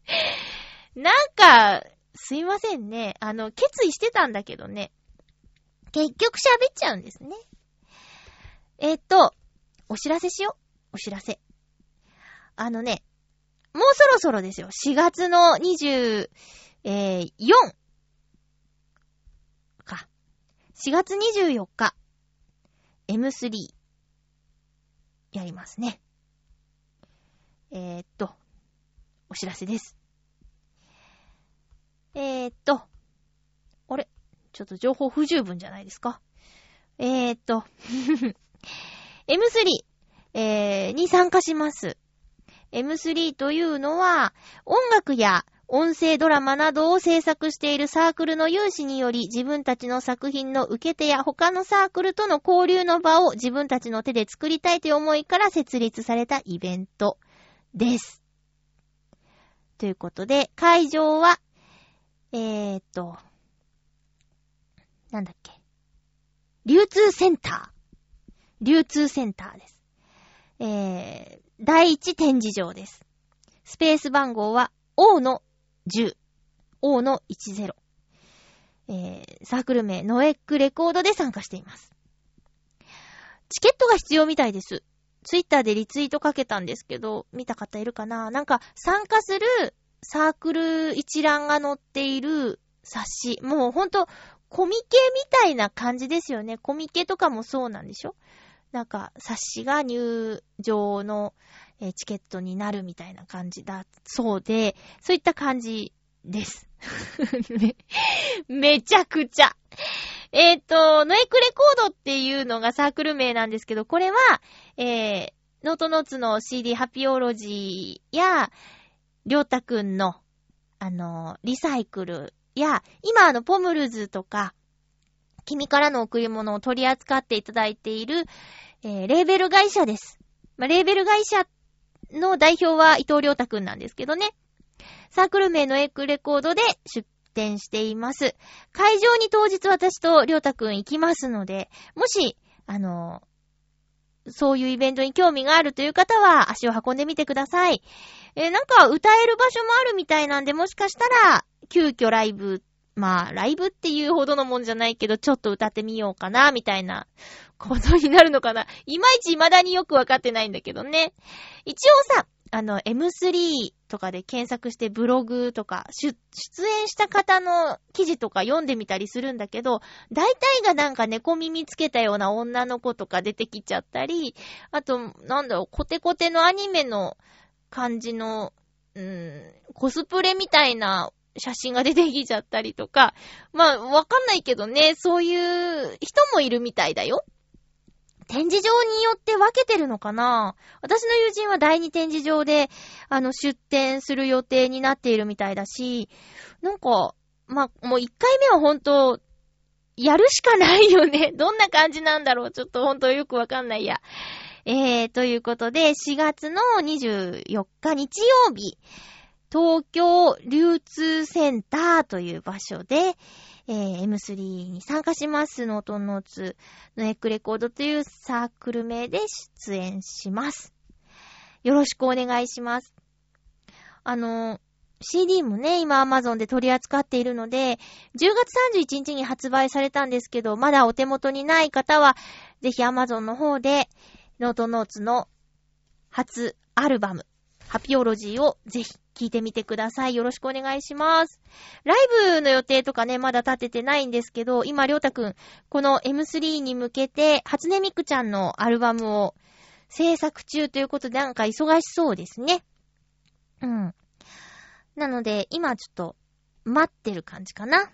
なんか、すいませんね。あの、決意してたんだけどね。結局喋っちゃうんですね。えーっと、お知らせしよう。お知らせ。あのね、もうそろそろですよ。しがつのにじゅうよっか。しがつにじゅうよっか。エムスリー やりますね。えーっと、お知らせです。えーっと、あれちょっと情報不十分じゃないですか。えーっと、エムスリー、えー、に参加します。エムスリー というのは、音楽や音声ドラマなどを制作しているサークルの有志により、自分たちの作品の受け手や他のサークルとの交流の場を自分たちの手で作りたいという思いから設立されたイベントです。ということで、会場は、えーっと、なんだっけ。流通センター。流通センターです。えー、第一展示場です。スペース番号は オー のじゅう、オー のじゅう。えー、サークル名ノエックレコードで参加しています。チケットが必要みたいです。ツイッターでリツイートかけたんですけど、見た方いるかな？なんか参加するサークル一覧が載っている冊子。もうほんとコミケみたいな感じですよね。コミケとかもそうなんでしょ？なんか冊子が入場のチケットになるみたいな感じだそうで、そういった感じです。め, めちゃくちゃ。えっと、ノエクレコードっていうのがサークル名なんですけど、これは、えー、ノートノーツの シーディー ハピオロジーや、りょうたくんの、あの、リサイクルや、今あの、ポムルズとか、君からの贈り物を取り扱っていただいている、えー、レーベル会社です。まあ、レーベル会社の代表は伊藤亮太くんなんですけどね。サークル名のエクレコードで出展しています。会場に当日私と亮太くん行きますので、もし、あの、そういうイベントに興味があるという方は足を運んでみてください。えー、なんか歌える場所もあるみたいなんで、もしかしたら、急遽ライブ、まあ、ライブっていうほどのもんじゃないけど、ちょっと歌ってみようかな、みたいなことになるのかな。いまいち未だによくわかってないんだけどね。一応さ、あの、エムスリー とかで検索してブログとか、出演した方の記事とか読んでみたりするんだけど、大体がなんか猫耳つけたような女の子とか出てきちゃったり、あと、なんだろう、コテコテのアニメの感じの、うーん、コスプレみたいな写真が出てきちゃったりとか、まあ、わかんないけどね、そういう人もいるみたいだよ。展示場によって分けてるのかな？私の友人は第二展示場で、あの、出展する予定になっているみたいだし、なんか、まあ、もう一回目は本当やるしかないよね。どんな感じなんだろう？ちょっと本当よくわかんないや。えー、ということで、しがつのにじゅうよっか日曜日、東京流通センターという場所で、えー、エムスリー に参加します。ノートノーツのエクレコードというサークル名で出演します。よろしくお願いします。あの、シーディー もね、今 Amazon で取り扱っているので、じゅうがつさんじゅういちにちに発売されたんですけど、まだお手元にない方は、ぜひ Amazon の方で、ノートノーツの初アルバム、ハピオロジーをぜひ聞いてみてください。よろしくお願いします。ライブの予定とかね、まだ立ててないんですけど、今、りょうたくん、この エムスリー に向けて、初音ミクちゃんのアルバムを制作中ということで、なんか忙しそうですね。うん。なので、今ちょっと待ってる感じかな。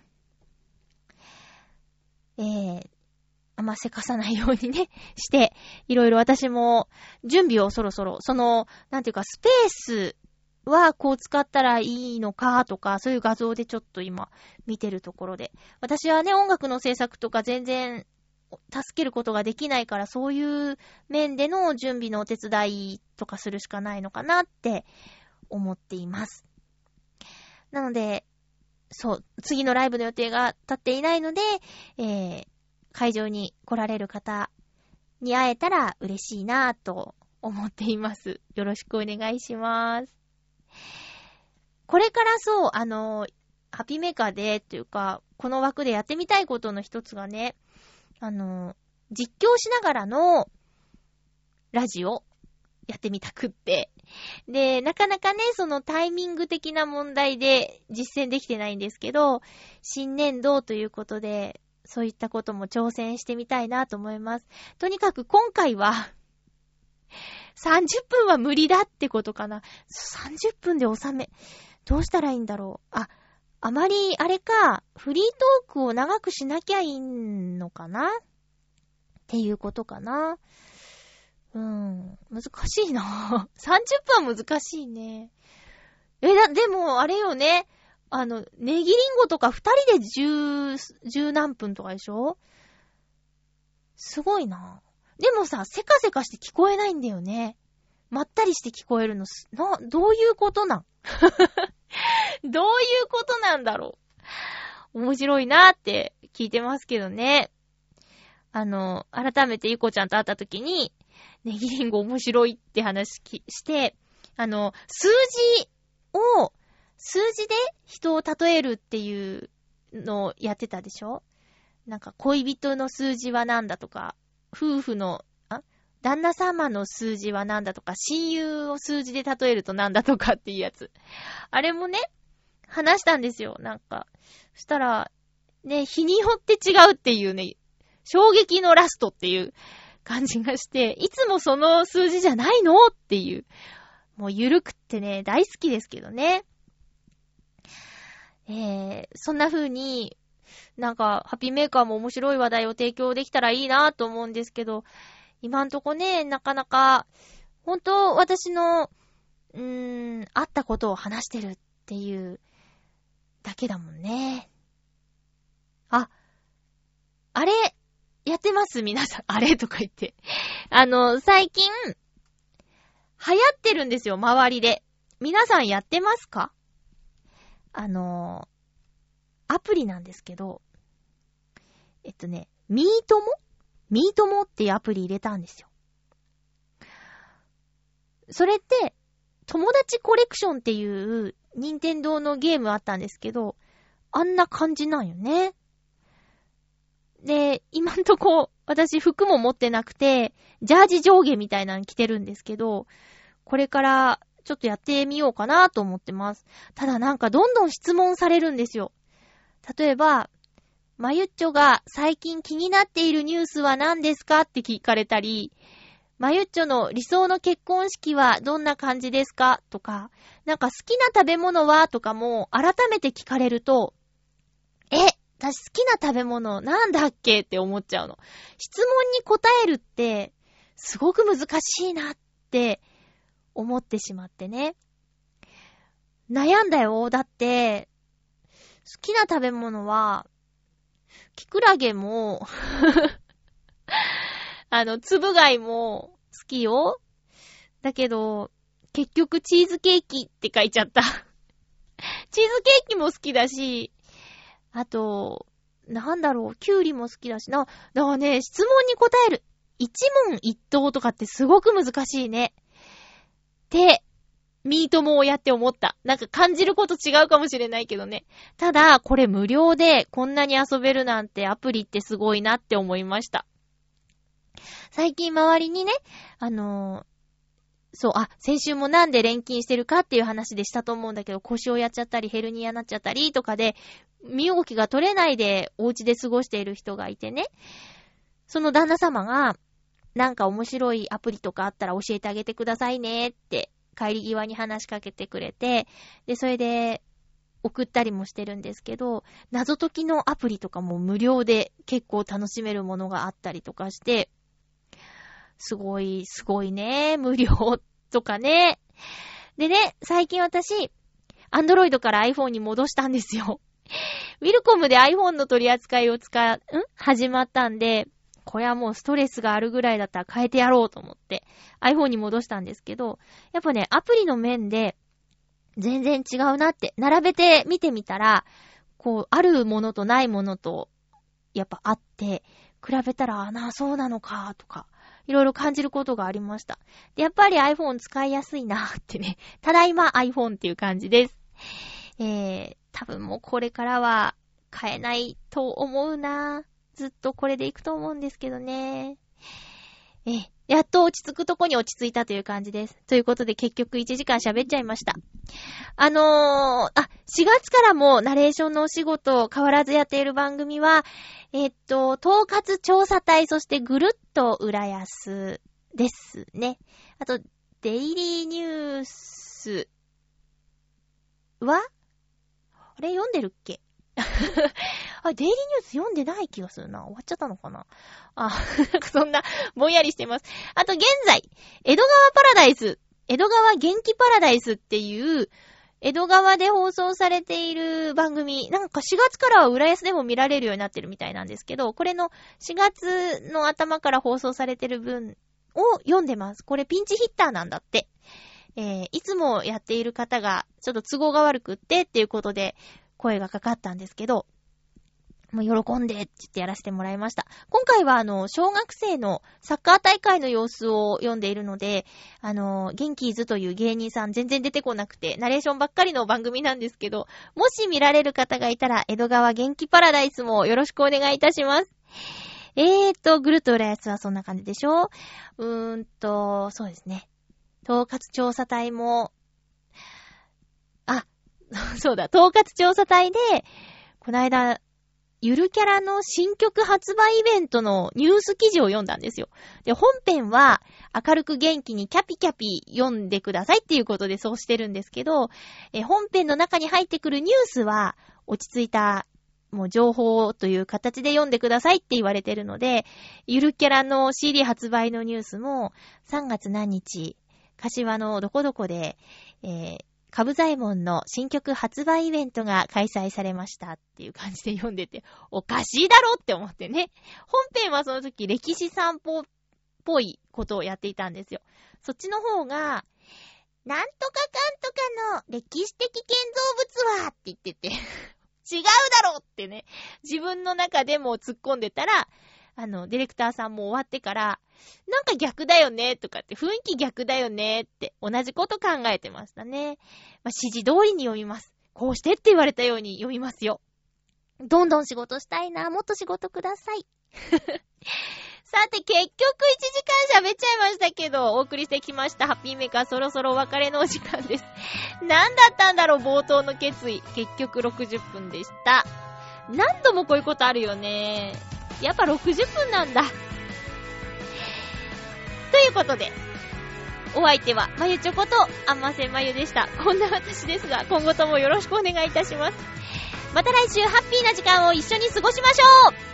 えー、あんませかさないようにね、して、いろいろ私も準備をそろそろ、その、なんていうか、スペースはこう使ったらいいのかとか、そういう画像でちょっと今見てるところで。私はね、音楽の制作とか全然助けることができないから、そういう面での準備のお手伝いとかするしかないのかなって思っています。なので、そう、次のライブの予定が立っていないので、えー、会場に来られる方に会えたら嬉しいなぁと思っています。よろしくお願いします。 これからそう、あの、ハッピーメーカーでっていうか、この枠でやってみたいことの一つがね、あの、実況しながらのラジオやってみたくって。で、なかなかね、そのタイミング的な問題で実践できてないんですけど、新年度ということで、そういったことも挑戦してみたいなと思います。とにかく今回は、さんじゅっぷんは無理だってことかな。さんじゅっぷんで収め、どうしたらいいんだろう。あ、あまり、あれか、フリートークを長くしなきゃいいのかなっていうことかな。うん、難しいな。さんじゅっぷんは難しいね。え、だ、でも、あれよね。あの、ネギリンゴとか二人で十、十何分とかでしょ？すごいな。でもさ、せかせかして聞こえないんだよね。まったりして聞こえるの、な、どういうことなんどういうことなんだろう。面白いなーって聞いてますけどね。あの、改めてゆこちゃんと会った時に、ネギリンゴ面白いって話して、あの、数字を、数字で人を例えるっていうのをやってたでしょ？なんか恋人の数字はなんだとか、夫婦の、あ？旦那様の数字はなんだとか、親友を数字で例えるとなんだとかっていうやつ。あれもね、話したんですよ、なんか。そしたら、ね、日によって違うっていうね、衝撃のラストっていう感じがして、いつもその数字じゃないのっていう。もうゆるくってね、大好きですけどね。えー、そんな風に、なんか、ハッピーメーカーも面白い話題を提供できたらいいなと思うんですけど、今んとこね、なかなか、本当私の、うーん、あったことを話してるっていうだけだもんね。あ、あれ、やってます皆さん。あれとか言って。あの、最近、流行ってるんですよ、周りで。皆さんやってますか？あの、アプリなんですけど、えっとね、ミートモ？ミートモっていうアプリ入れたんですよ。それって、友達コレクションっていう任天堂のゲームあったんですけど、あんな感じなんよね。で、今んとこ、私服も持ってなくて、ジャージ上下みたいなの着てるんですけど、これからちょっとやってみようかなと思ってます。ただなんかどんどん質問されるんですよ。例えば、まゆっちょが最近気になっているニュースは何ですかって聞かれたり、まゆっちょの理想の結婚式はどんな感じですかとか、なんか好きな食べ物はとかも改めて聞かれると、え、私好きな食べ物なんだっけって思っちゃうの。質問に答えるってすごく難しいなって思ってしまってね。悩んだよ。だって好きな食べ物はキクラゲもあのつぶ貝も好きよ。だけど結局チーズケーキって書いちゃった。チーズケーキも好きだし、あとなんだろう、キュウリも好きだしな。だからね、質問に答える一問一答とかってすごく難しいね。ってミートもやって思った。なんか感じること違うかもしれないけどね。ただ、これ無料でこんなに遊べるなんてアプリってすごいなって思いました。最近周りにね、あのー、そう、あ、先週もなんで連勤してるかっていう話でしたと思うんだけど、腰をやっちゃったりヘルニアになっちゃったりとかで、身動きが取れないでお家で過ごしている人がいてね、その旦那様が、なんか面白いアプリとかあったら教えてあげてくださいねって帰り際に話しかけてくれて、で、それで送ったりもしてるんですけど、謎解きのアプリとかも無料で結構楽しめるものがあったりとかして、すごい、すごいね、無料とかね。でね、最近私、Android から iPhone に戻したんですよ。ウィルコムで iPhone の取り扱いを使う、ん始まったんで、これはもうストレスがあるぐらいだったら変えてやろうと思って iPhone に戻したんですけど、やっぱね、アプリの面で全然違うなって並べて見てみたら、こうあるものとないものとやっぱあって、比べたらあなそうなのかとかいろいろ感じることがありました。で、やっぱり iPhone 使いやすいなってね、ただいま iPhone っていう感じです。 えー、多分もうこれからは買えないと思うな。ずっとこれでいくと思うんですけどね。えー、やっと落ち着くとこに落ち着いたという感じです。ということで結局いちじかん喋っちゃいました。あのー、あ、しがつからもナレーションのお仕事変わらずやっている番組は、えっと、統括調査隊、そしてぐるっと浦安ですね。あと、デイリーニュースはあれ読んでるっけあ、デイリーニュース読んでない気がするな。終わっちゃったのかなあ、そんな、ぼんやりしてます。あと現在、江戸川パラダイス、江戸川元気パラダイスっていう、江戸川で放送されている番組、なんかしがつからは浦安でも見られるようになってるみたいなんですけど、これのしがつの頭から放送されてる分を読んでます。これピンチヒッターなんだって。えー、いつもやっている方がちょっと都合が悪くってっていうことで声がかかったんですけど、もう喜んでって言ってやらせてもらいました。今回はあの、小学生のサッカー大会の様子を読んでいるので、あの、ゲンキーズという芸人さん全然出てこなくて、ナレーションばっかりの番組なんですけど、もし見られる方がいたら、江戸川元気パラダイスもよろしくお願いいたします。えーと、ぐるっと浦安はそんな感じでしょ？うーんと、そうですね。統括調査隊も、あ、そうだ、統括調査隊で、この間、ゆるキャラの新曲発売イベントのニュース記事を読んだんですよ。で、本編は明るく元気にキャピキャピ読んでくださいっていうことでそうしてるんですけど、え本編の中に入ってくるニュースは落ち着いたもう情報という形で読んでくださいって言われてるので、ゆるキャラの シーディー 発売のニュースもさんがつ何日、柏のどこどこで、えーかぶざいもんの新曲発売イベントが開催されましたっていう感じで読んでて、おかしいだろって思ってね。本編はその時歴史散歩っぽいことをやっていたんですよ。そっちの方が、なんとかかんとかの歴史的建造物はって言ってて、違うだろってね、自分の中でも突っ込んでたら、あの、ディレクターさんも終わってから、なんか逆だよねとかって、雰囲気逆だよねって同じこと考えてましたね。まあ、指示通りに読みます。こうしてって言われたように読みますよ。どんどん仕事したいな。もっと仕事ください。さて、結局いちじかん喋っちゃいましたけど、お送りしてきましたハッピーメーカーそろそろお別れのお時間です。なんだったんだろう、冒頭の決意。結局ろくじゅっぷんでした。何度もこういうことあるよね。やっぱろくじゅっぷんなんだ。ということで、お相手はまゆちょことあませまゆでした。こんな私ですが、今後ともよろしくお願いいたします。また来週ハッピーな時間を一緒に過ごしましょう。